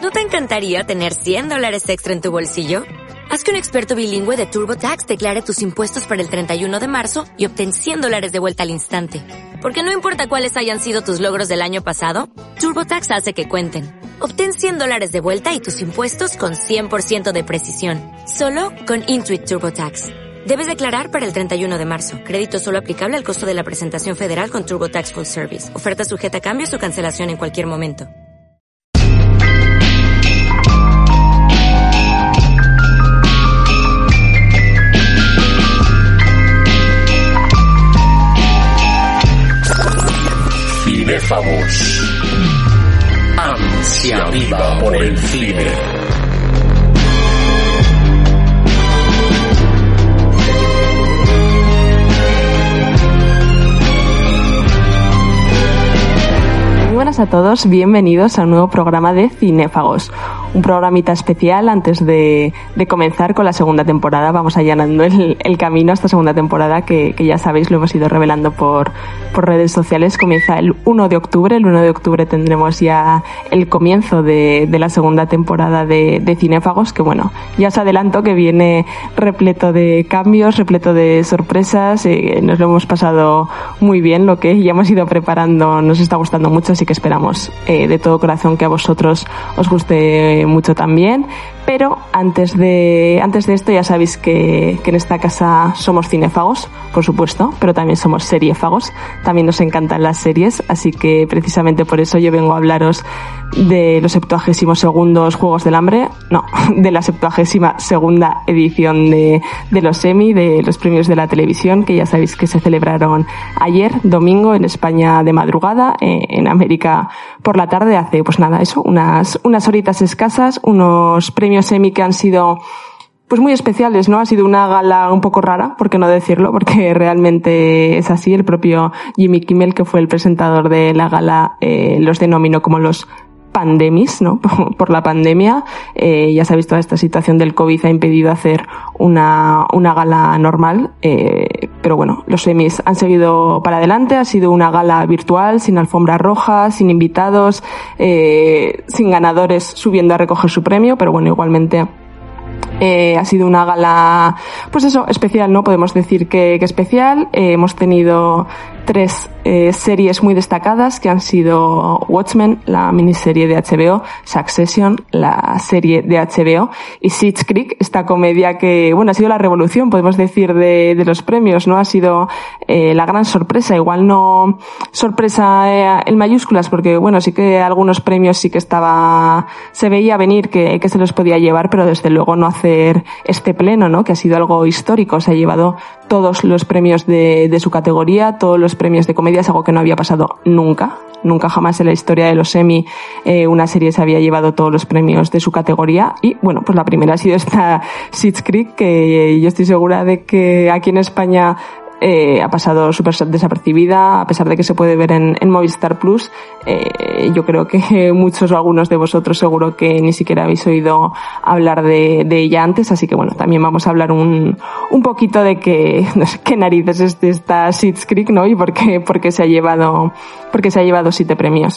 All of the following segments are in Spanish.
¿No te encantaría tener $100 extra en tu bolsillo? Haz que un experto bilingüe de TurboTax declare tus impuestos para el 31 de marzo y obtén $100 de vuelta al instante. Porque no importa cuáles hayan sido tus logros del año pasado, TurboTax hace que cuenten. Obtén $100 de vuelta y tus impuestos con 100% de precisión. Solo con Intuit TurboTax. Debes declarar para el 31 de marzo. Crédito solo aplicable al costo de la presentación federal con TurboTax Full Service. Oferta sujeta a cambios o cancelación en cualquier momento. Cinéfagos. Ansia viva por el cine. Muy buenas a todos, bienvenidos a un nuevo programa de Cinéfagos. Un programita especial antes de comenzar con la segunda temporada. Vamos allanando el camino a esta segunda temporada que ya sabéis, lo hemos ido revelando por redes sociales. Comienza el 1 de octubre. El 1 de octubre tendremos ya el comienzo de la segunda temporada de Cinéfagos, que bueno, ya os adelanto que viene repleto de cambios, repleto de sorpresas. Nos lo hemos pasado muy bien, lo que ya hemos ido preparando nos está gustando mucho, así que esperamos de todo corazón que a vosotros os guste mucho también. Pero antes de esto ya sabéis que en esta casa somos cinéfagos, por supuesto, pero también somos seriéfagos. También nos encantan las series, así que precisamente por eso yo vengo a hablaros de los 72º Juegos del Hambre, no, de la 72ª edición de los Emmy, de los premios de la televisión, que ya sabéis que se celebraron ayer, domingo, en España de madrugada, en América por la tarde, hace pues nada, eso, unas horitas escasas, unos premios Emmy que han sido pues muy especiales, ¿no? Ha sido una gala un poco rara, por qué no decirlo, porque realmente es así. El propio Jimmy Kimmel, que fue el presentador de la gala, los denominó como los pandemis, ¿no? Por la pandemia. Ya sabéis, toda esta situación del COVID ha impedido hacer una gala normal, pero bueno, los Emmys han seguido para adelante. Ha sido una gala virtual, sin alfombra roja, sin invitados, sin ganadores subiendo a recoger su premio, pero bueno, igualmente ha sido una gala, pues eso, especial, ¿no? Podemos decir que especial. Hemos tenido 3 series muy destacadas, que han sido Watchmen, la miniserie de HBO, Succession, la serie de HBO, y Schitt's Creek, esta comedia que, bueno, ha sido la revolución, podemos decir, de los premios, ¿no? Ha sido la gran sorpresa, igual no sorpresa en mayúsculas, porque, bueno, sí que algunos premios sí que se veía venir que se los podía llevar, pero desde luego no hacer este pleno, ¿no? Que ha sido algo histórico. Se ha llevado todos los premios de su categoría, todos los premios de comedia, es algo que no había pasado nunca jamás en la historia de los Emmy. Una serie se había llevado todos los premios de su categoría, y bueno, pues la primera ha sido esta Schitt's Creek, que yo estoy segura de que aquí en España ha pasado súper desapercibida, a pesar de que se puede ver en Movistar Plus. Yo creo que muchos o algunos de vosotros seguro que ni siquiera habéis oído hablar de ella antes, así que bueno, también vamos a hablar un poquito de que, no sé qué narices es de esta Schitt's Creek, ¿no? Y por qué se ha llevado 7 premios.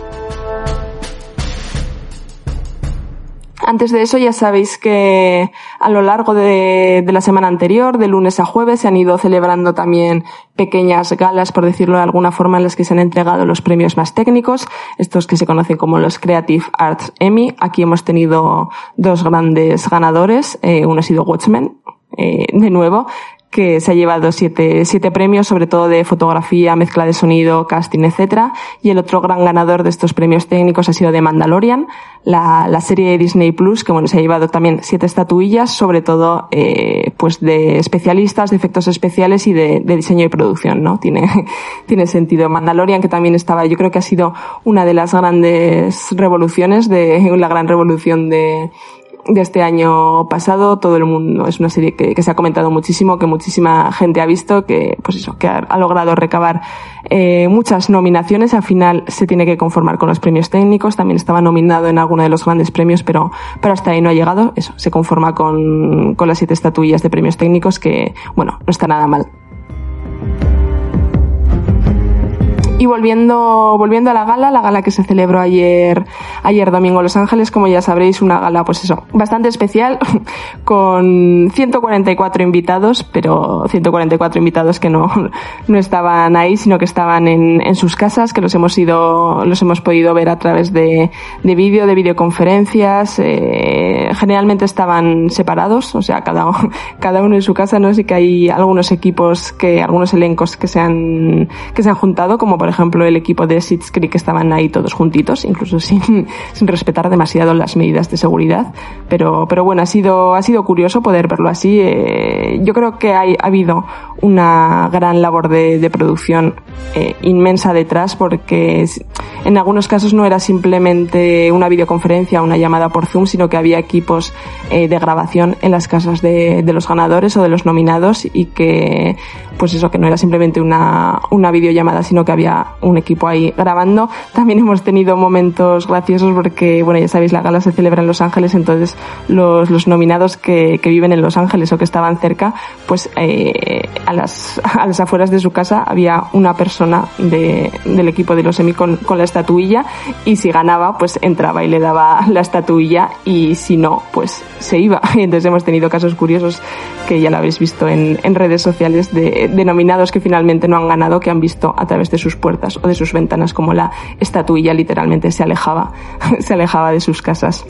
Antes de eso, ya sabéis que a lo largo de la semana anterior, de lunes a jueves, se han ido celebrando también pequeñas galas, por decirlo de alguna forma, en las que se han entregado los premios más técnicos, estos que se conocen como los Creative Arts Emmy. Aquí hemos tenido 2 grandes ganadores. Uno ha sido Watchmen, de nuevo, que se ha llevado 7 premios, sobre todo de fotografía, mezcla de sonido, casting, etcétera. Y el otro gran ganador de estos premios técnicos ha sido The Mandalorian, la serie de Disney Plus, que bueno, se ha llevado también 7 estatuillas, sobre todo pues de especialistas, de efectos especiales y de diseño y producción, ¿no? Tiene sentido. Mandalorian, que también estaba, yo creo que ha sido una de las grandes revoluciones, la gran revolución de este año pasado. Todo el mundo, es una serie que se ha comentado muchísimo, que muchísima gente ha visto, que pues eso, que ha logrado recabar muchas nominaciones. Al final se tiene que conformar con los premios técnicos. También estaba nominado en alguno de los grandes premios, pero hasta ahí no ha llegado. Eso, se conforma con las 7 estatuillas de premios técnicos, que bueno, no está nada mal. Y volviendo a la gala que se celebró ayer ayer domingo en Los Ángeles, como ya sabréis, una gala, pues eso, bastante especial, con 144 invitados, pero 144 invitados que no estaban ahí, sino que estaban en sus casas, que los hemos podido ver a través de vídeo, de videoconferencias. Generalmente estaban separados, o sea, cada uno en su casa, ¿no? Sí que hay algunos elencos que se han juntado, como por ejemplo el equipo de Schitt's Creek, que estaban ahí todos juntitos, incluso sin respetar demasiado las medidas de seguridad, pero bueno, ha sido curioso poder verlo así. Yo creo que ha habido una gran labor de producción inmensa detrás, porque en algunos casos no era simplemente una videoconferencia o una llamada por Zoom, sino que había equipos de grabación en las casas de los ganadores o de los nominados, y que pues eso, que no era simplemente una videollamada, sino que había un equipo ahí grabando. También hemos tenido momentos graciosos porque, bueno, ya sabéis, la gala se celebra en Los Ángeles, entonces los nominados que viven en Los Ángeles o que estaban cerca, pues a las afueras de su casa había una persona del equipo de los Emmy con la estatuilla, y si ganaba, pues entraba y le daba la estatuilla, y si no, pues se iba. Entonces hemos tenido casos curiosos que ya lo habéis visto en redes sociales de nominados que finalmente no han ganado, que han visto a través de sus puertas o de sus ventanas como la estatuilla literalmente se alejaba de sus casas.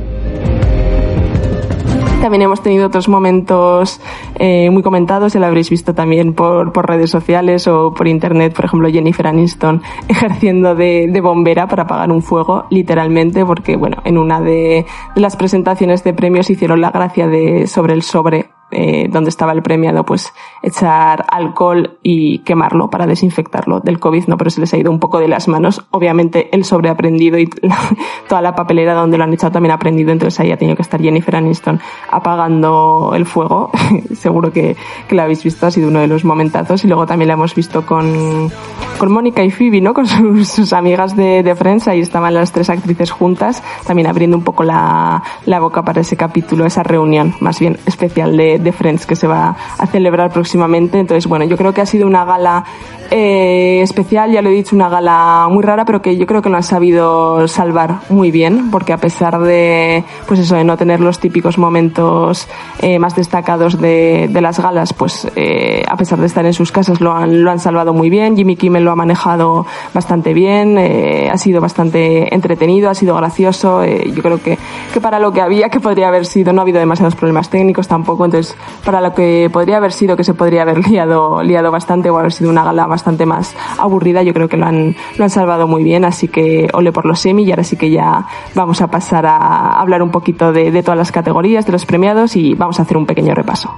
También hemos tenido otros momentos muy comentados, ya lo habréis visto también por redes sociales o por internet, por ejemplo Jennifer Aniston ejerciendo de bombera para apagar un fuego, literalmente, porque bueno, en una de las presentaciones de premios hicieron la gracia de sobre el sobre donde estaba el premiado, pues echar alcohol y quemarlo para desinfectarlo del COVID, ¿no? Pero se les ha ido un poco de las manos. Obviamente el sobre ha prendido y toda la papelera donde lo han echado también ha prendido, entonces ahí ha tenido que estar Jennifer Aniston apagando el fuego. Seguro que lo habéis visto, ha sido uno de los momentazos. Y luego también la hemos visto con Mónica y Phoebe, ¿no? Con sus amigas de Friends, ahí estaban las tres actrices juntas, también abriendo un poco la boca para ese capítulo, esa reunión más bien especial de Friends que se va a celebrar próximamente. Entonces, bueno, yo creo que ha sido una gala especial, ya lo he dicho, una gala muy rara, pero que yo creo que lo han sabido salvar muy bien, porque a pesar de, pues eso, de no tener los típicos momentos más destacados de las galas, pues a pesar de estar en sus casas lo han salvado muy bien. Jimmy Kimmel lo ha manejado bastante bien, ha sido bastante entretenido, ha sido gracioso. Yo creo que para lo que había, que podría haber sido, no ha habido demasiados problemas técnicos tampoco, entonces para lo que podría haber sido, que se podría haber liado bastante, o haber sido una gala bastante más aburrida, yo creo que lo han salvado muy bien, así que ole por los Emmy. Y ahora sí que ya vamos a pasar a hablar un poquito de todas las categorías, de los premiados, y vamos a hacer un pequeño repaso.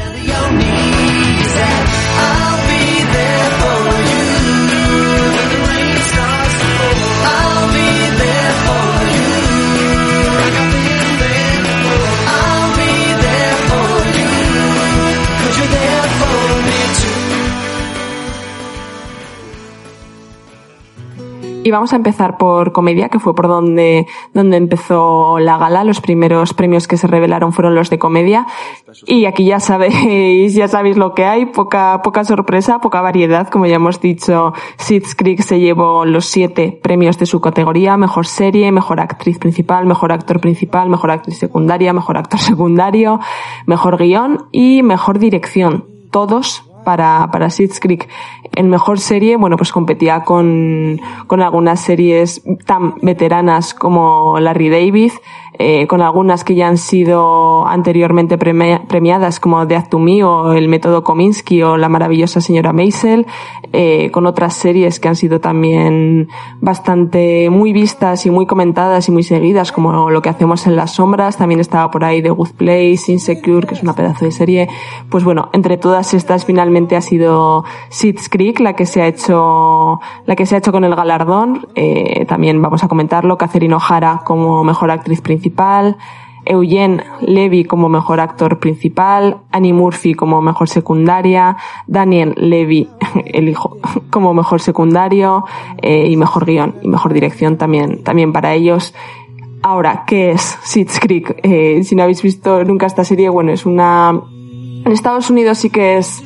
Y vamos a empezar por comedia, que fue por donde empezó la gala. Los primeros premios que se revelaron fueron los de comedia. Y aquí ya sabéis lo que hay, poca sorpresa, poca variedad. Como ya hemos dicho, Schitt's Creek se llevó los 7 premios de su categoría: mejor serie, mejor actriz principal, mejor actor principal, mejor actriz secundaria, mejor actor secundario, mejor guión y mejor dirección. Todos para Schitt's Creek. En mejor serie, bueno, pues competía con algunas series tan veteranas como Larry David, con algunas que ya han sido anteriormente premiadas como Death to Me o El método Kominsky o La maravillosa señora Maisel, con otras series que han sido también bastante muy vistas y muy comentadas y muy seguidas, como Lo que hacemos en las sombras. También estaba por ahí The Good Place, Insecure, que es una pedazo de serie. Pues bueno, entre todas estas finalmente ha sido Schitt's Creek la que se ha hecho con el galardón. También vamos a comentarlo: Catherine O'Hara como mejor actriz principal, Eugene Levy como mejor actor principal, Annie Murphy como mejor secundaria, Daniel Levy, el hijo, como mejor secundario, y mejor guión y mejor dirección también para ellos. Ahora, ¿qué es Schitt's Creek? Si no habéis visto nunca esta serie, bueno, en Estados Unidos sí que es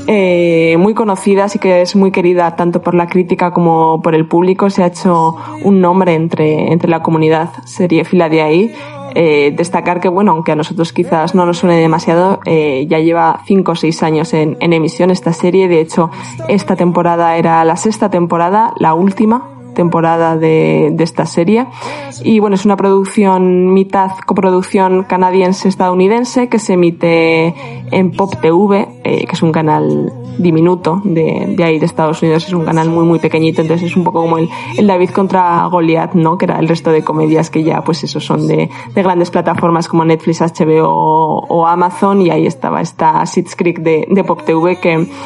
muy conocida, así que es muy querida tanto por la crítica como por el público. Se ha hecho un nombre entre la comunidad seriéfila de ahí. Destacar que, bueno, aunque a nosotros quizás no nos suene demasiado, ya lleva 5 o 6 años en emisión esta serie. De hecho, esta temporada era la 6ª temporada, la última temporada de esta serie. Y bueno, es una producción mitad coproducción canadiense-estadounidense que se emite en Pop TV, que es un canal diminuto de ahí de Estados Unidos. Es un canal muy muy pequeñito, entonces es un poco como el David contra Goliath, ¿no? Que era el resto de comedias que ya pues eso son de grandes plataformas como Netflix, HBO o Amazon, y ahí estaba esta Schitt's Creek de Pop TV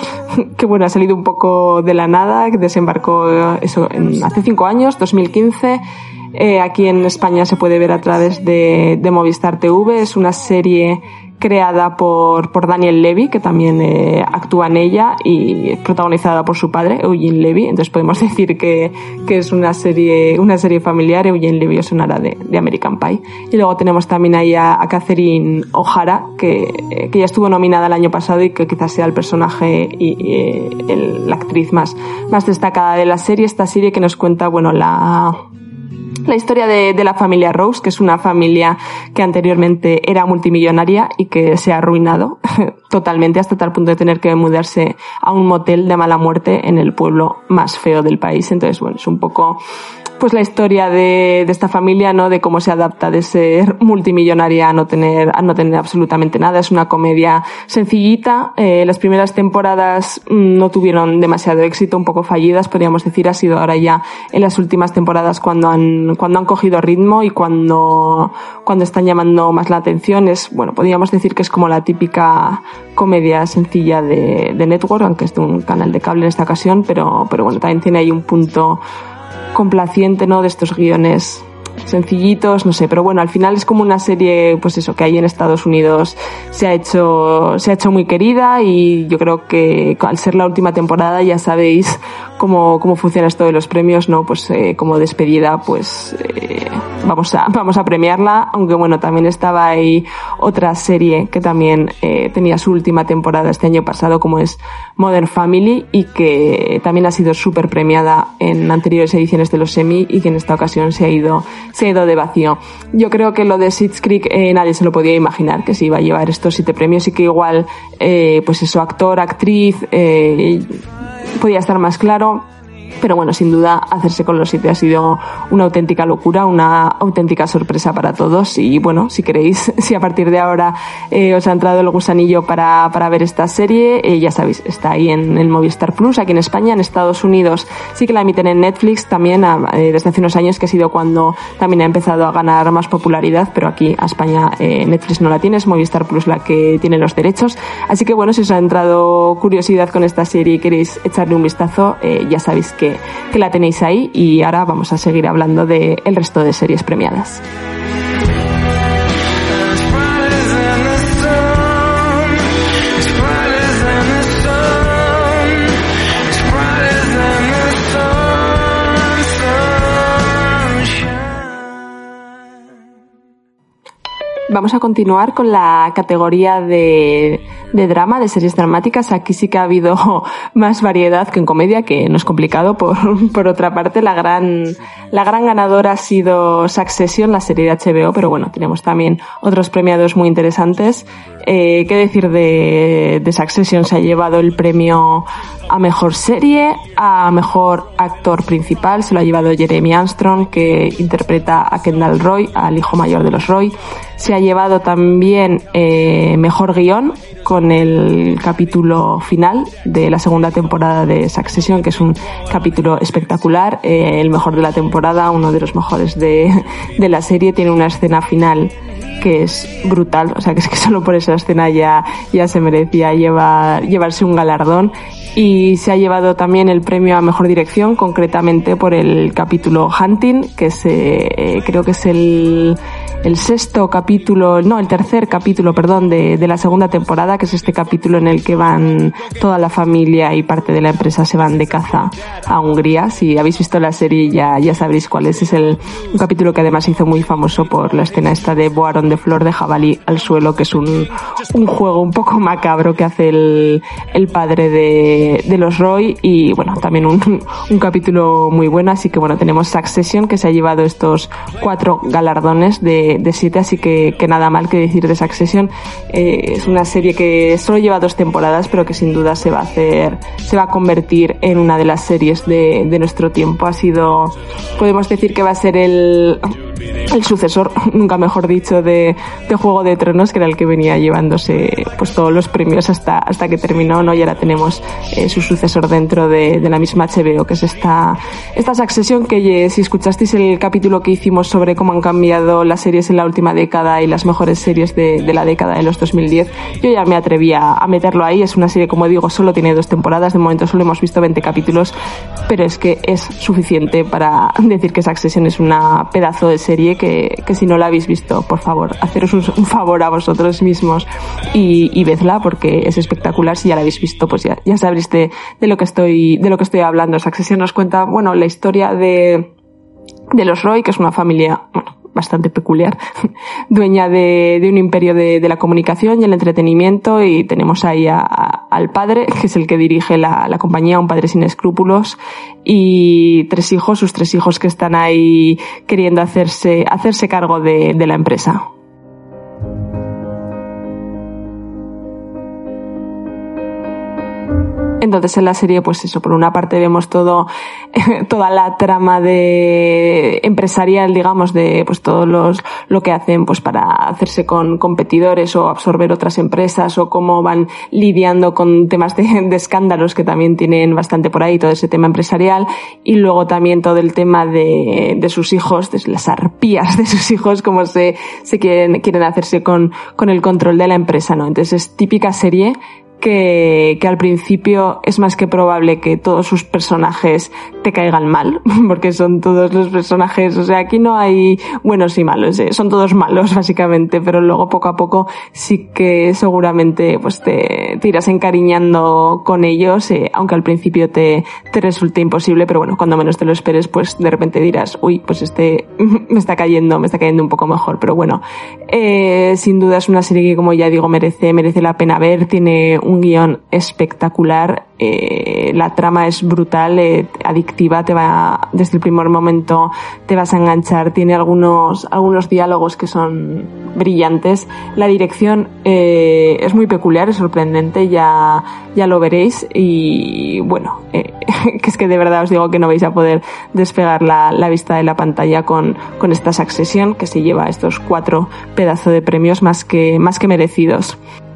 que bueno, ha salido un poco de la nada, que desembarcó eso hace 5 años, 2015. Aquí en España se puede ver a través de Movistar TV. Es una serie creada por Daniel Levy, que también actúa en ella, y protagonizada por su padre, Eugene Levy. Entonces podemos decir que es una serie familiar. Eugene Levy os sonará de American Pie. Y luego tenemos también ahí a Catherine O'Hara, que ya estuvo nominada el año pasado y que quizás sea el personaje y la actriz más destacada de la serie. Esta serie que nos cuenta, bueno, la historia de la familia Rose, que es una familia que anteriormente era multimillonaria y que se ha arruinado totalmente hasta tal punto de tener que mudarse a un motel de mala muerte en el pueblo más feo del país. Entonces, bueno, es un poco pues la historia de esta familia, ¿no? De cómo se adapta de ser multimillonaria a no tener absolutamente nada. Es una comedia sencillita. Las primeras temporadas no tuvieron demasiado éxito, un poco fallidas, podríamos decir. Ha sido ahora ya en las últimas temporadas cuando han cogido ritmo y cuando están llamando más la atención. Podríamos decir que es como la típica comedia sencilla de Network, aunque es de un canal de cable en esta ocasión, pero bueno, también tiene ahí un punto complaciente, ¿no? De estos guiones sencillitos, no sé, pero bueno, al final es como una serie, pues eso, que ahí en Estados Unidos se ha hecho muy querida, y yo creo que al ser la última temporada ya sabéis cómo funciona esto de los premios, ¿no? Pues como despedida, pues vamos a premiarla, aunque bueno, también estaba ahí otra serie que también tenía su última temporada este año pasado, como es Modern Family, y que también ha sido súper premiada en anteriores ediciones de los Emmy, y que en esta ocasión se ha ido de vacío. Yo creo que lo de Schitt's Creek nadie se lo podía imaginar, que se iba a llevar estos 7 premios, y que igual pues eso, actor, actriz, podía estar más claro. Pero bueno, sin duda, hacerse con los 7 ha sido una auténtica locura, una auténtica sorpresa para todos. Y bueno, si queréis, si a partir de ahora os ha entrado el gusanillo para ver esta serie, ya sabéis, está ahí en el Movistar Plus, aquí en España. En Estados Unidos sí que la emiten en Netflix también, desde hace unos años, que ha sido cuando también ha empezado a ganar más popularidad, pero aquí a España Netflix no la tiene, es Movistar Plus la que tiene los derechos. Así que bueno, si os ha entrado curiosidad con esta serie y queréis echarle un vistazo, ya sabéis que la tenéis ahí. Y ahora vamos a seguir hablando del resto de series premiadas. Vamos a continuar con la categoría de drama, de series dramáticas. Aquí sí que ha habido más variedad que en comedia, que no es complicado. Por otra parte, la gran ganadora ha sido Succession, la serie de HBO, pero bueno, tenemos también otros premiados muy interesantes. ¿Qué decir de Succession? Se ha llevado el premio a mejor serie, a mejor actor principal, se lo ha llevado Jeremy Armstrong, que interpreta a Kendall Roy, al hijo mayor de los Roy. Se ha llevado también mejor guión con el capítulo final de la segunda temporada de Succession, que es un capítulo espectacular, el mejor de la temporada, uno de los mejores de la serie. Tiene una escena final que es brutal, o sea, que es que solo por esa escena ya se merecía llevarse un galardón. Y se ha llevado también el premio a mejor dirección, concretamente por el capítulo Hunting, que es creo que es el tercer capítulo, de la segunda temporada, que es este capítulo en el que van toda la familia y parte de la empresa se van de caza a Hungría. Si habéis visto la serie ya sabréis cuál es. Es un capítulo que además hizo muy famoso por la escena esta de Boaron de flor de jabalí al suelo, que es un juego un poco macabro que hace el padre de los Roy, y bueno, también un capítulo muy bueno. Así que bueno, tenemos Succession, que se ha llevado estos 4 galardones de 7, así que nada mal que decir de Succession. Es una serie que solo lleva 2 temporadas, pero que sin duda se va a convertir en una de las series de nuestro tiempo. Podemos decir que va a ser el sucesor, nunca mejor dicho, de Juego de Tronos, que era el que venía llevándose pues todos los premios hasta que terminó, ¿no? Y ahora tenemos su sucesor dentro de la misma HBO, que es esta Succession, que si escuchasteis el capítulo que hicimos sobre cómo han cambiado las series en la última década y las mejores series de la década de los 2010, yo ya me atreví a meterlo ahí. Es una serie, como digo, solo tiene 2 temporadas, de momento solo hemos visto 20 capítulos, pero es que es suficiente para decir que Succession es una pedazo de serie que si no la habéis visto, por favor, haceros un favor a vosotros mismos y vedla, porque es espectacular. Si ya la habéis visto, pues ya sabréis de lo que estoy hablando. Succession nos cuenta, bueno, la historia de los Roy, que es una familia, bueno, bastante peculiar, dueña de un imperio de la comunicación y el entretenimiento, y tenemos ahí al padre, que es el que dirige la compañía, un padre sin escrúpulos, y sus 3 hijos que están ahí queriendo hacerse cargo de la empresa. Entonces en la serie, pues eso, por una parte vemos toda la trama empresarial, digamos, de pues todo lo que hacen pues para hacerse con competidores o absorber otras empresas, o cómo van lidiando con temas de escándalos que también tienen bastante por ahí, todo ese tema empresarial, y luego también todo el tema de sus hijos, de las arpías de sus hijos, cómo se quieren hacerse con el control de la empresa, ¿no? Entonces es típica serie que al principio es más que probable que todos sus personajes te caigan mal, porque son todos los personajes, o sea, aquí no hay buenos y malos, son todos malos básicamente, pero luego poco a poco sí que seguramente pues te irás encariñando con ellos, aunque al principio te resulte imposible, pero bueno, cuando menos te lo esperes, pues de repente dirás, uy, pues me está cayendo un poco mejor. Pero bueno, sin duda es una serie que, como ya digo, merece la pena ver. Tiene un guión espectacular, la trama es brutal, adictiva, desde el primer momento te vas a enganchar, tiene algunos diálogos que son brillantes, la dirección es muy peculiar, es sorprendente, ya lo veréis, y bueno, que es que de verdad os digo que no vais a poder despegar la vista de la pantalla con esta Succession, que se lleva estos 4 pedazos de premios más que merecidos.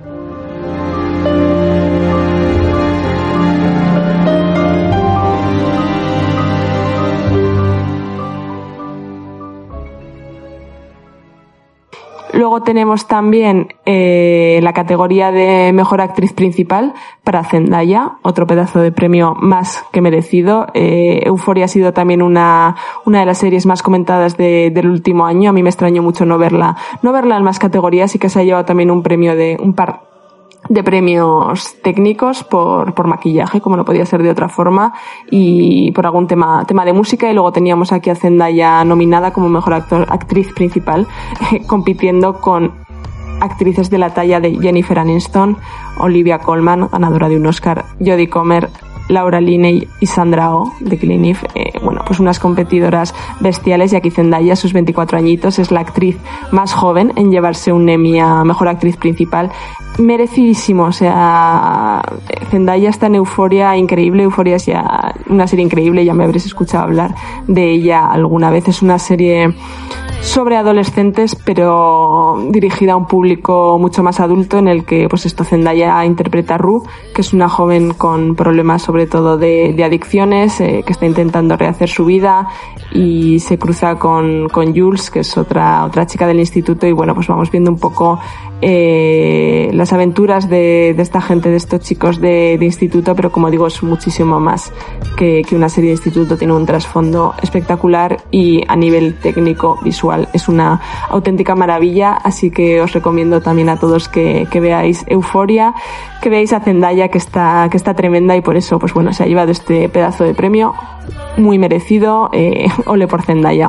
Luego tenemos también la categoría de Mejor Actriz Principal para Zendaya, otro pedazo de premio más que merecido. Euphoria ha sido también una de las series más comentadas del último año. A mí me extrañó mucho no verla en más categorías, y que se ha llevado también un par de premios técnicos por maquillaje, como no podía ser de otra forma, y por algún tema de música. Y luego teníamos aquí a Zendaya nominada como Mejor Actriz Principal, compitiendo con actrices de la talla de Jennifer Aniston, Olivia Colman, ganadora de un Oscar, Jodie Comer, Laura Linney y Sandra Oh de Killing Eve. Bueno, pues unas competidoras bestiales, y aquí Zendaya, a sus 24 añitos, es la actriz más joven en llevarse un Emmy a Mejor Actriz Principal. Merecidísimo, o sea, Zendaya está en Euphoria, increíble. Euphoria es ya una serie increíble, ya me habréis escuchado hablar de ella alguna vez. Es una serie sobre adolescentes, pero dirigida a un público mucho más adulto, en el que pues Zendaya interpreta a Rue, que es una joven con problemas sobre todo de adicciones, que está intentando rehacer su vida, y se cruza con Jules, que es otra chica del instituto, y bueno, pues vamos viendo un poco las aventuras de esta gente, de estos chicos de instituto, pero como digo, es muchísimo más que una serie de instituto. Tiene un trasfondo espectacular, y a nivel técnico, visual, visual es una auténtica maravilla, así que os recomiendo también a todos que veáis Euphoria, que veáis a Zendaya, que está tremenda, y por eso pues bueno, se ha llevado este pedazo de premio muy merecido. Ole por Zendaya.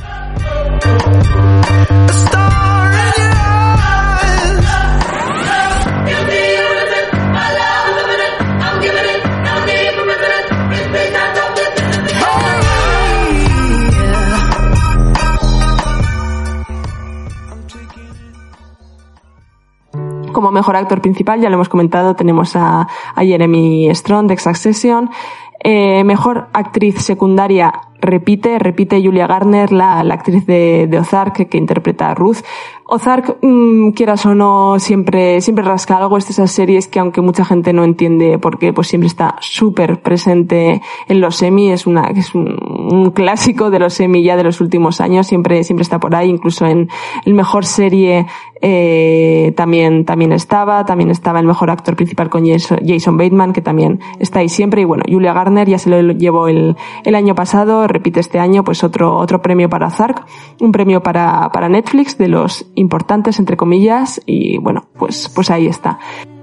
Como mejor actor principal, ya lo hemos comentado, tenemos a Jeremy Strong de Succession. Mejor actriz secundaria, repite Julia Garner, la actriz de Ozark, que interpreta a Ruth. Ozark, quieras o no, siempre rasca algo. Es de esas series que, aunque mucha gente no entiende por qué, pues siempre está súper presente en los Emmy. Es un clásico de los Emmy ya de los últimos años. Siempre está por ahí. Incluso en el mejor serie, también estaba el mejor actor principal con Jason Bateman, que también está ahí siempre. Y bueno, Julia Garner ya se lo llevó el año pasado, repite este año, pues otro premio para Ozark, un premio para Netflix, de los importantes, entre comillas, y bueno, pues ahí está.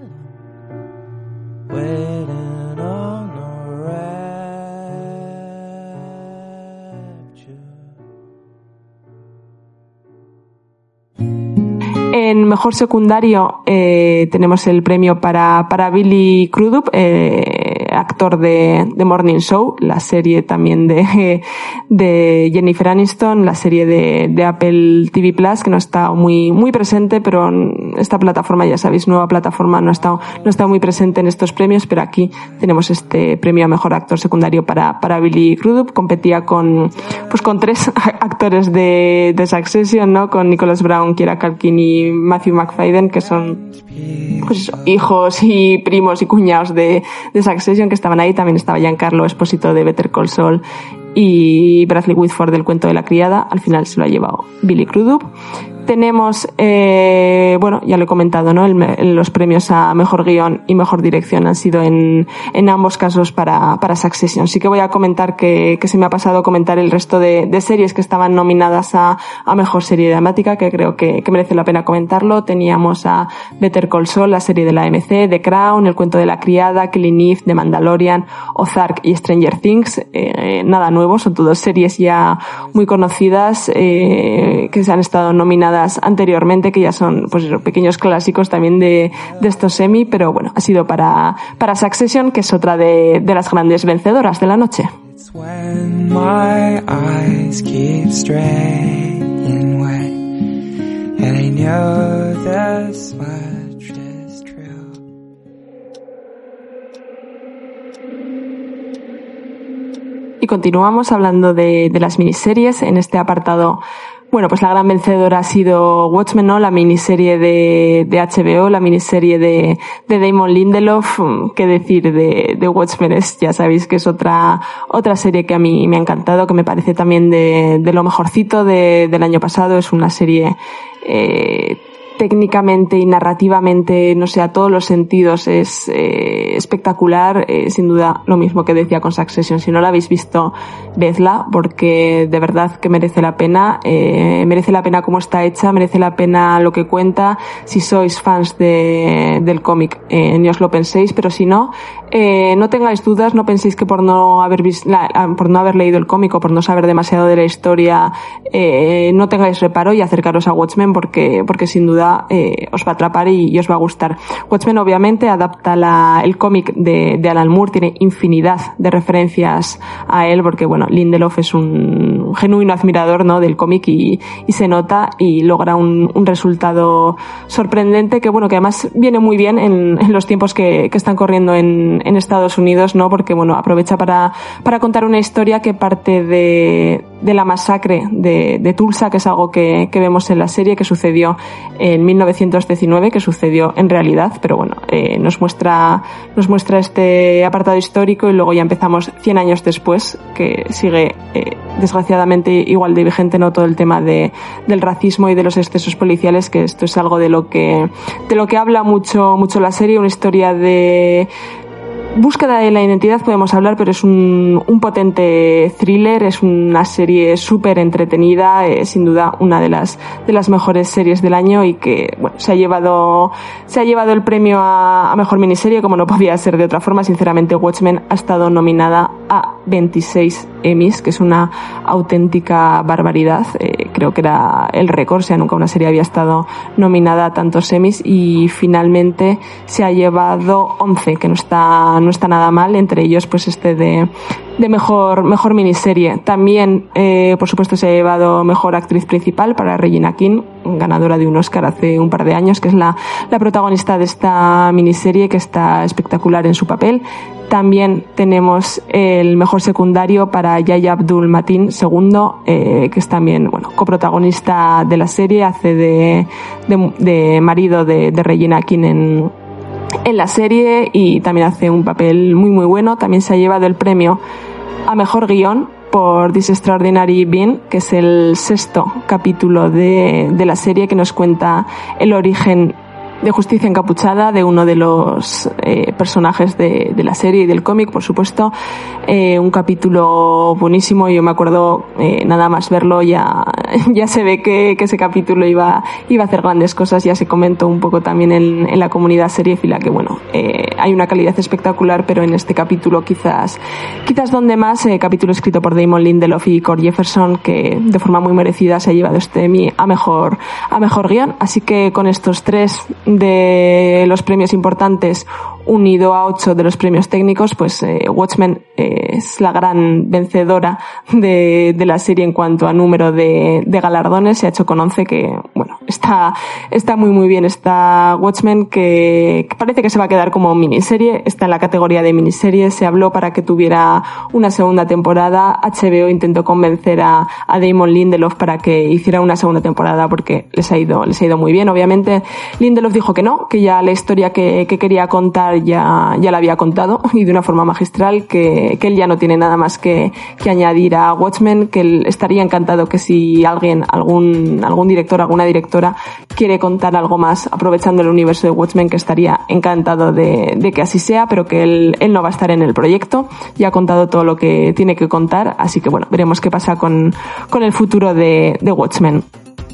En mejor secundario tenemos el premio para Billy Crudup, actor de Morning Show, la serie también de Jennifer Aniston, la serie de Apple TV Plus, que no está muy presente, pero esta plataforma, ya sabéis, nueva plataforma, no ha estado muy presente en estos premios, pero aquí tenemos este premio a mejor actor secundario para Billy Crudup. Competía con 3 actores de Succession, ¿no? Con Nicholas Brown, Kieran Culkin y Matthew McFadden, que son pues hijos y primos y cuñados de Succession, que estaban ahí. También estaba Giancarlo Esposito de Better Call Saul y Bradley Whitford del Cuento de la Criada. Al final se lo ha llevado Billy Crudup. Tenemos, ya lo he comentado, ¿no? Los premios a mejor guión y mejor dirección han sido en ambos casos para Succession. Sí que voy a comentar que se me ha pasado comentar el resto de series que estaban nominadas a mejor serie dramática, que creo que merece la pena comentarlo. Teníamos a Better Call Saul, la serie de la AMC, The Crown, El Cuento de la Criada, Killing Eve, The Mandalorian, Ozark y Stranger Things. Nada nuevo, son todas series ya muy conocidas, que se han estado nominadas anteriormente, que ya son pues pequeños clásicos también de estos Emmy, pero bueno, ha sido para Succession, que es otra de las grandes vencedoras de la noche. Y continuamos hablando de las miniseries. En este apartado, bueno, pues la gran vencedora ha sido Watchmen, ¿no? La miniserie de HBO, la miniserie de Damon Lindelof. Qué decir de Watchmen, ya sabéis que es otra serie que a mí me ha encantado, que me parece también de lo mejorcito del año pasado. Es una serie técnicamente y narrativamente, no sé, a todos los sentidos es espectacular. Sin duda, lo mismo que decía con Succession, si no la habéis visto, vedla, porque de verdad que merece la pena cómo está hecha, merece la pena lo que cuenta. Si sois fans del cómic, ni os lo penséis, pero si no, no tengáis dudas, no penséis que por no haber leído el cómic o por no saber demasiado de la historia, no tengáis reparo y acercaros a Watchmen, porque sin duda os va a atrapar y os va a gustar. Watchmen obviamente adapta el cómic de Alan Moore, tiene infinidad de referencias a él, porque bueno, Lindelof es un genuino admirador, ¿no?, del cómic y se nota, y logra un resultado sorprendente que bueno, que además viene muy bien en los tiempos que están corriendo en Estados Unidos, ¿no? Porque bueno, aprovecha para contar una historia que parte de la masacre de Tulsa, que es algo que vemos en la serie, que sucedió en 1919, que sucedió en realidad, pero bueno, nos muestra este apartado histórico, y luego ya empezamos 100 años después, que sigue desgraciadamente igual de vigente, ¿no?, todo el tema del racismo y de los excesos policiales, que esto es algo de lo que habla mucho la serie, una historia de búsqueda de la identidad podemos hablar, pero es un potente thriller, es una serie súper entretenida, sin duda una de las mejores series del año y que, bueno, se ha llevado el premio a mejor miniserie, como no podía ser de otra forma. Sinceramente, Watchmen ha estado nominada a 26 Emmys, que es una auténtica barbaridad. Creo que era el récord, o sea, nunca una serie había estado nominada a tantos Emmys y finalmente se ha llevado 11, que no está nada mal, entre ellos pues de mejor miniserie. También, por supuesto, se ha llevado mejor actriz principal para Regina King, ganadora de un Oscar hace un par de años, que es la protagonista de esta miniserie, que está espectacular en su papel. También tenemos el mejor secundario para Yahya Abdul-Mateen II, que es también, bueno, coprotagonista de la serie, hace de marido de Regina King en la serie y también hace un papel muy muy bueno. También se ha llevado el premio a mejor guión por This Extraordinary Being, que es el 6º capítulo de la serie, que nos cuenta el origen de Justicia Encapuchada, de uno de los personajes de la serie y del cómic, por supuesto. Un capítulo buenísimo. Yo me acuerdo, nada más verlo, ya se ve que ese capítulo iba a hacer grandes cosas. Ya se comentó un poco también en la comunidad seriéfila que, bueno, hay una calidad espectacular, pero en este capítulo quizás donde más, capítulo escrito por Damon Lindelof y Cord Jefferson, que de forma muy merecida se ha llevado este Emmy a mejor guión. Así que con estos 3 de los premios importantes, unido a 8 de los premios técnicos, pues Watchmen es la gran vencedora de la serie en cuanto a número de galardones. Se ha hecho con 11, que, bueno, está muy muy bien. Está Watchmen, que parece que se va a quedar como miniserie, está en la categoría de miniserie. Se habló para que tuviera una segunda temporada. HBO intentó convencer a Damon Lindelof para que hiciera una segunda temporada porque les ha ido muy bien. Obviamente Lindelof dijo que no, que ya la historia que quería contar ya la había contado y de una forma magistral, que él ya no tiene nada más que añadir a Watchmen, que él estaría encantado que si algún director, alguna directora quiere contar algo más aprovechando el universo de Watchmen, que estaría encantado de que así sea, pero que él no va a estar en el proyecto. Ya ha contado todo lo que tiene que contar, así que bueno, veremos qué pasa con el futuro de Watchmen.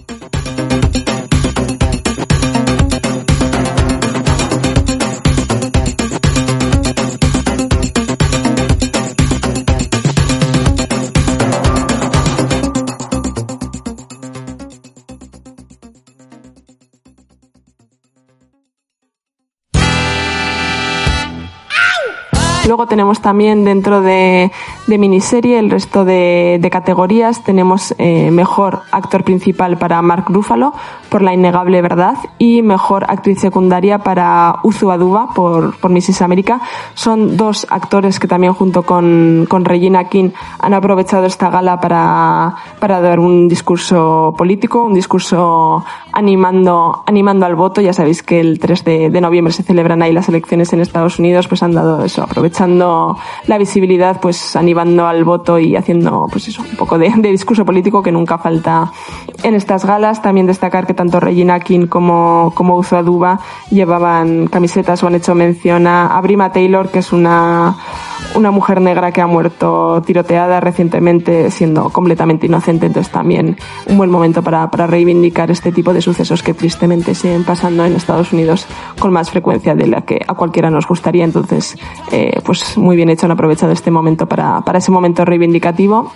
Luego tenemos también dentro de miniserie el resto de categorías. Tenemos mejor actor principal para Mark Ruffalo por La innegable verdad y mejor actriz secundaria para Uzu Aduba por Mrs. America. Son 2 actores que también junto con Regina King han aprovechado esta gala para dar un discurso político, un discurso animando al voto. Ya sabéis que el 3 de noviembre se celebran ahí las elecciones en Estados Unidos, pues han dado eso, aprovechando la visibilidad, pues animando al voto y haciendo, pues eso, un poco de discurso político que nunca falta en estas galas. También destacar que tanto Regina King como Uzo Aduba llevaban camisetas o han hecho mención a Breonna Taylor, que es una mujer negra que ha muerto tiroteada recientemente siendo completamente inocente. Entonces también un buen momento para reivindicar este tipo de sucesos que tristemente siguen pasando en Estados Unidos con más frecuencia de la que a cualquiera nos gustaría. Entonces pues muy bien hecho, han aprovechado este momento para ese momento reivindicativo.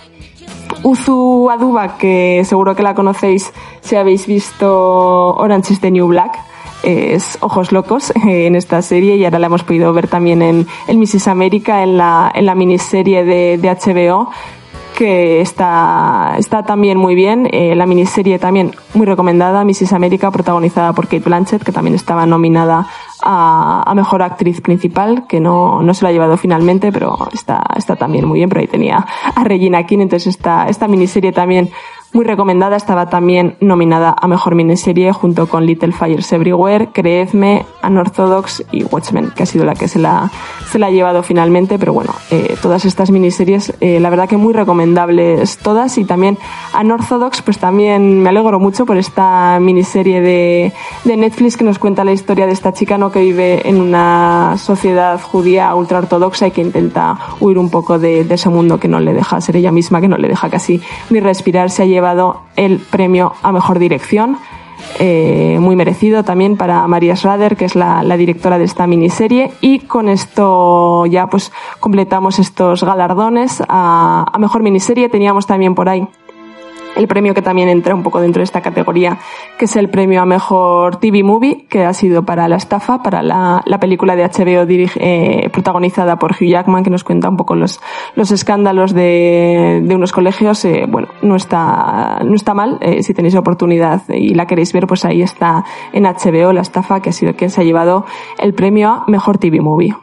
Uzu Aduba, que seguro que la conocéis si habéis visto Orange is the New Black, es ojos locos en esta serie y ahora la hemos podido ver también en Mrs. America, en la miniserie de HBO, que está también muy bien. La miniserie también muy recomendada, Mrs. America, protagonizada por Cate Blanchett, que también estaba nominada a mejor actriz principal, que no se la ha llevado finalmente, pero está también muy bien. Pero ahí tenía a Regina King. Entonces esta miniserie también muy recomendada. Estaba también nominada a mejor miniserie junto con Little Fires Everywhere, Creedme, Unorthodox y Watchmen, que ha sido la que se la ha llevado finalmente, pero bueno, todas estas miniseries, la verdad que muy recomendables todas, y también Unorthodox, pues también me alegro mucho por esta miniserie de Netflix que nos cuenta la historia de esta chica, ¿no?, que vive en una sociedad judía ultraortodoxa y que intenta huir un poco de ese mundo que no le deja ser ella misma, que no le deja casi ni respirar. Se ha llevado el premio a Mejor Dirección, muy merecido también para Maria Schrader, que es la directora de esta miniserie, y con esto ya pues completamos estos galardones a Mejor Miniserie. Teníamos también por ahí el premio que también entra un poco dentro de esta categoría, que es el premio a Mejor TV Movie, que ha sido para La Estafa, para la película de HBO protagonizada por Hugh Jackman, que nos cuenta un poco los escándalos de unos colegios. Bueno, no está mal. Si tenéis oportunidad y la queréis ver, pues ahí está en HBO, La Estafa, que ha sido quien se ha llevado el premio a Mejor TV Movie.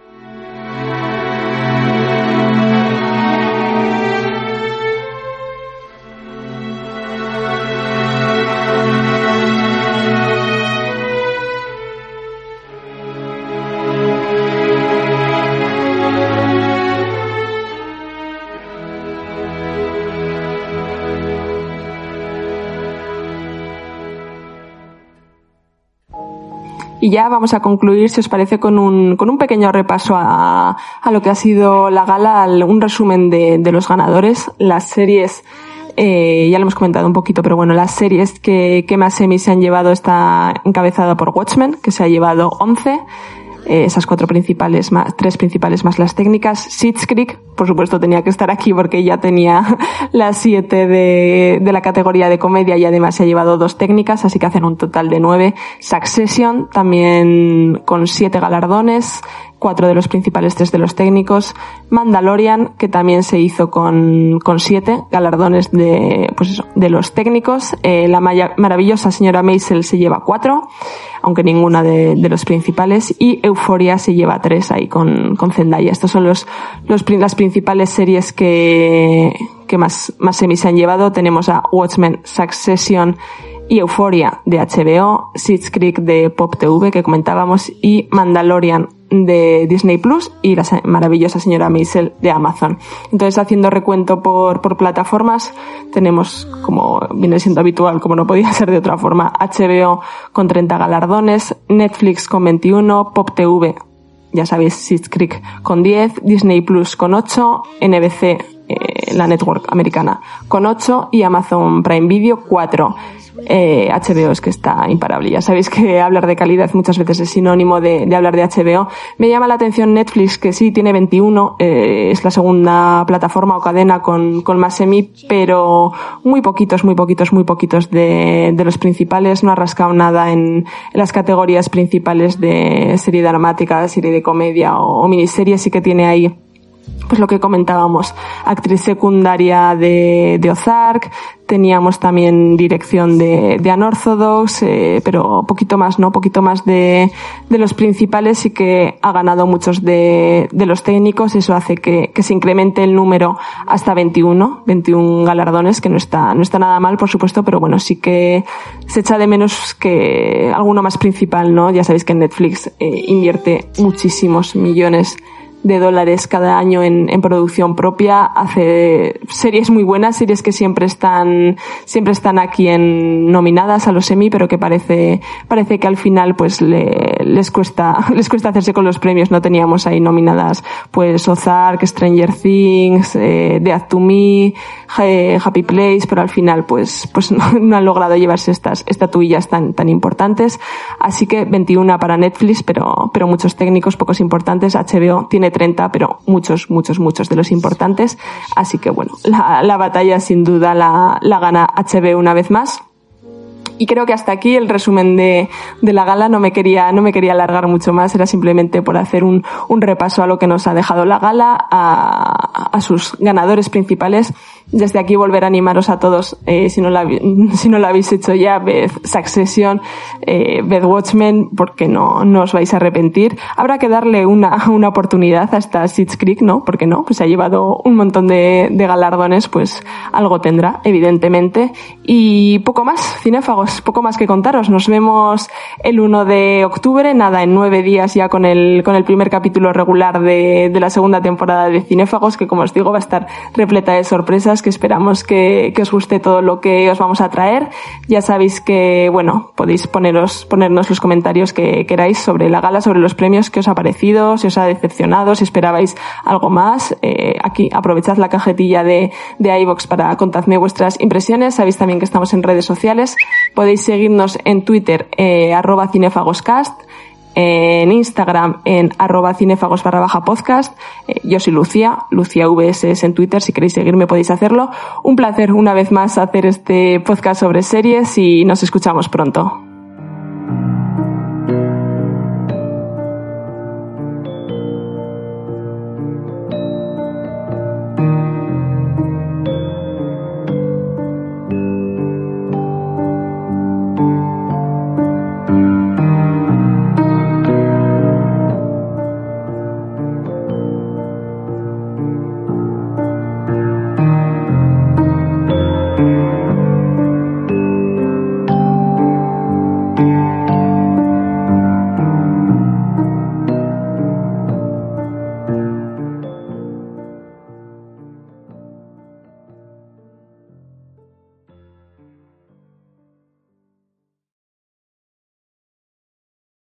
Y ya vamos a concluir, si os parece, con un pequeño repaso a lo que ha sido la gala, un resumen de los ganadores. Las series, ya lo hemos comentado un poquito, pero bueno, las series que más Emmy se han llevado está encabezada por Watchmen, que se ha llevado 11. Esas 3 principales más las técnicas. Schitt's Creek, por supuesto, tenía que estar aquí porque ya tenía las 7 de la categoría de comedia y además se ha llevado 2 técnicas, así que hacen un total de 9. Succession, también con 7 galardones, 4 de los principales, 3 de los técnicos. Mandalorian, que también se hizo con 7 galardones de los técnicos. La maravillosa señora Maisel se lleva 4, aunque ninguna de los principales. Y Euphoria se lleva 3 ahí con Zendaya. Estos son las principales series que más Emmy se han llevado. Tenemos a Watchmen, Succession y Euphoria de HBO, Schitt's Creek de Pop TV, que comentábamos, y Mandalorian de Disney Plus, y la maravillosa señora Maisel de Amazon. Entonces, haciendo recuento por plataformas, tenemos, como viene siendo habitual, como no podía ser de otra forma, HBO con 30 galardones, Netflix con 21, Pop TV, ya sabéis, Schitt's Creek con 10, Disney Plus con 8, NBC, la network americana, con 8, y Amazon Prime Video 4. HBO es que está imparable. Ya sabéis que hablar de calidad muchas veces es sinónimo de hablar de HBO. Me llama la atención Netflix, que sí tiene 21, es la segunda plataforma o cadena con más Emmy, pero muy poquitos de los principales. No ha rascado nada en las categorías principales de serie dramática, serie de comedia o miniserie. Sí que tiene ahí, pues lo que comentábamos, actriz secundaria de Ozark. Teníamos también dirección de Unorthodox, pero poquito más de los principales. Sí que ha ganado muchos de los técnicos. Eso hace que se incremente el número hasta 21 galardones, que no está nada mal, por supuesto, pero bueno, sí que se echa de menos que alguno más principal, ¿no? Ya sabéis que Netflix invierte muchísimos millones de dólares cada año en producción propia, hace series muy buenas, series que siempre están aquí nominadas a los Emmy, pero que parece que al final pues les cuesta hacerse con los premios. No teníamos ahí nominadas pues Ozark, Stranger Things, Death to Me, Happy Place, pero al final pues no han logrado llevarse estas estatuillas tan importantes. Así que 21 para Netflix, pero muchos técnicos, pocos importantes. HBO tiene 30, pero muchos de los importantes. Así que bueno, la batalla sin duda la gana HBO una vez más. Y creo que hasta aquí el resumen de la gala. No me quería alargar mucho más, era simplemente por hacer un repaso a lo que nos ha dejado la gala, a sus ganadores principales. Desde aquí volver a animaros a todos, si no lo habéis hecho ya, ved Succession, ved Watchmen, porque no os vais a arrepentir. Habrá que darle una oportunidad hasta Schitt's Creek, ¿no? Porque no, pues ha llevado un montón de galardones, pues algo tendrá, evidentemente. Y poco más, cinéfagos. poco más que contaros. Nos vemos el 1 de octubre, nada, en 9 días ya con el primer capítulo regular de la segunda temporada de Cinéfagos, que como os digo va a estar repleta de sorpresas, que esperamos que os guste todo lo que os vamos a traer. Ya sabéis que, bueno, podéis ponernos los comentarios que queráis sobre la gala, sobre los premios, qué os ha parecido, si os ha decepcionado, si esperabais algo más. Aquí aprovechad la cajetilla de iVoox para contarme vuestras impresiones. Sabéis también que estamos en redes sociales. Podéis seguirnos en Twitter, @cinefagoscast, en Instagram en @cinefagos_podcast. Yo soy Lucía VS en Twitter, si queréis seguirme podéis hacerlo. Un placer una vez más hacer este podcast sobre series y nos escuchamos pronto.